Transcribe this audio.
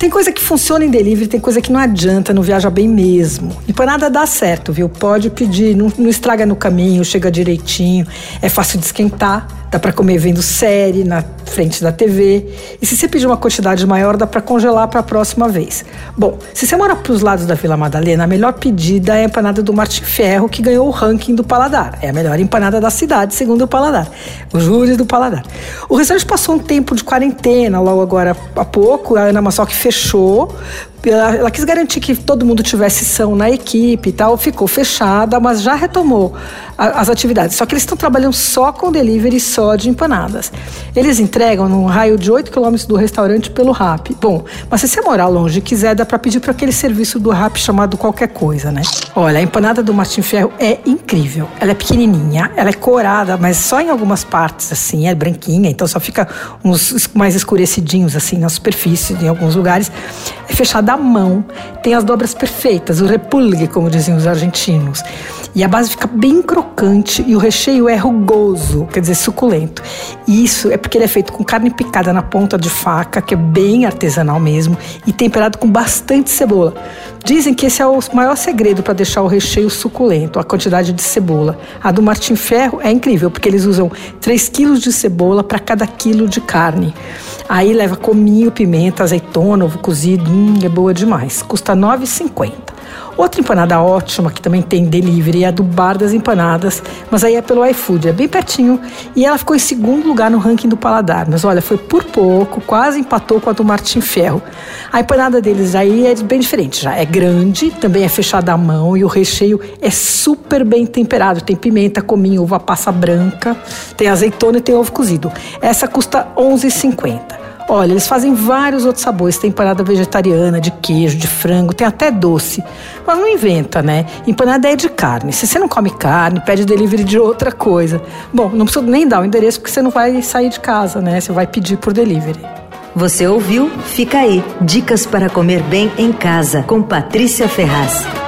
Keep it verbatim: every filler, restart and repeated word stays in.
Tem coisa que funciona em delivery, tem coisa que não adianta, não viaja bem mesmo. Empanada dá certo, viu? Pode pedir, não, não estraga no caminho, chega direitinho, é fácil de esquentar, dá pra comer vendo série na frente da T V. E se você pedir uma quantidade maior, dá pra congelar pra próxima vez. Bom, se você mora pros lados da Vila Madalena, a melhor pedida é a empanada do Martim Fierro, que ganhou o ranking do Paladar. É a melhor empanada da cidade, segundo o Paladar, o júri do Paladar. O restaurante passou um tempo de quarentena, logo agora há pouco, a Ana Massoc fechou. Ela, ela quis garantir que todo mundo tivesse são na equipe e tal, ficou fechada, mas já retomou a, as atividades. Só que eles estão trabalhando só com delivery, só de empanadas. Eles entregam num raio de oito quilômetros do restaurante pelo Rappi. Bom, mas se você morar longe e quiser, dá para pedir para aquele serviço do Rappi chamado Qualquer Coisa, né? Olha, a empanada do Martim Fierro é incrível. Ela é pequenininha, ela é corada, mas só em algumas partes, assim, é branquinha, então só fica uns mais escurecidinhos, assim, na superfície, em alguns lugares. É fechada à mão, tem as dobras perfeitas, o repulgue, como diziam os argentinos. E a base fica bem crocante e o recheio é rugoso, quer dizer, suculento. E isso é porque ele é feito com carne picada na ponta de faca, que é bem artesanal mesmo, e temperado com bastante cebola. Dizem que esse é o maior segredo para deixar o recheio suculento, a quantidade de cebola. A do Martim Fierro é incrível, porque eles usam três quilos de cebola para cada quilo de carne. Aí leva cominho, pimenta, azeitona, ovo cozido, hum, é boa demais. Custa nove reais e cinquenta centavos. Outra empanada ótima, que também tem delivery, é a do Bar das Empanadas, mas aí é pelo iFood, é bem pertinho, e ela ficou em segundo lugar no ranking do Paladar, mas olha, foi por pouco, quase empatou com a do Martim Fierro. A empanada deles aí é bem diferente, já é grande, também é fechada à mão, e o recheio é super bem temperado, tem pimenta, cominho, uva passa branca, tem azeitona e tem ovo cozido. Essa custa onze reais e cinquenta centavos. Olha, eles fazem vários outros sabores, tem empanada vegetariana, de queijo, de frango, tem até doce. Mas não inventa, né? Empanada é de carne. Se você não come carne, pede delivery de outra coisa. Bom, não precisa nem dar o endereço, porque você não vai sair de casa, né? Você vai pedir por delivery. Você ouviu? Fica aí. Dicas para comer bem em casa, com Patrícia Ferraz.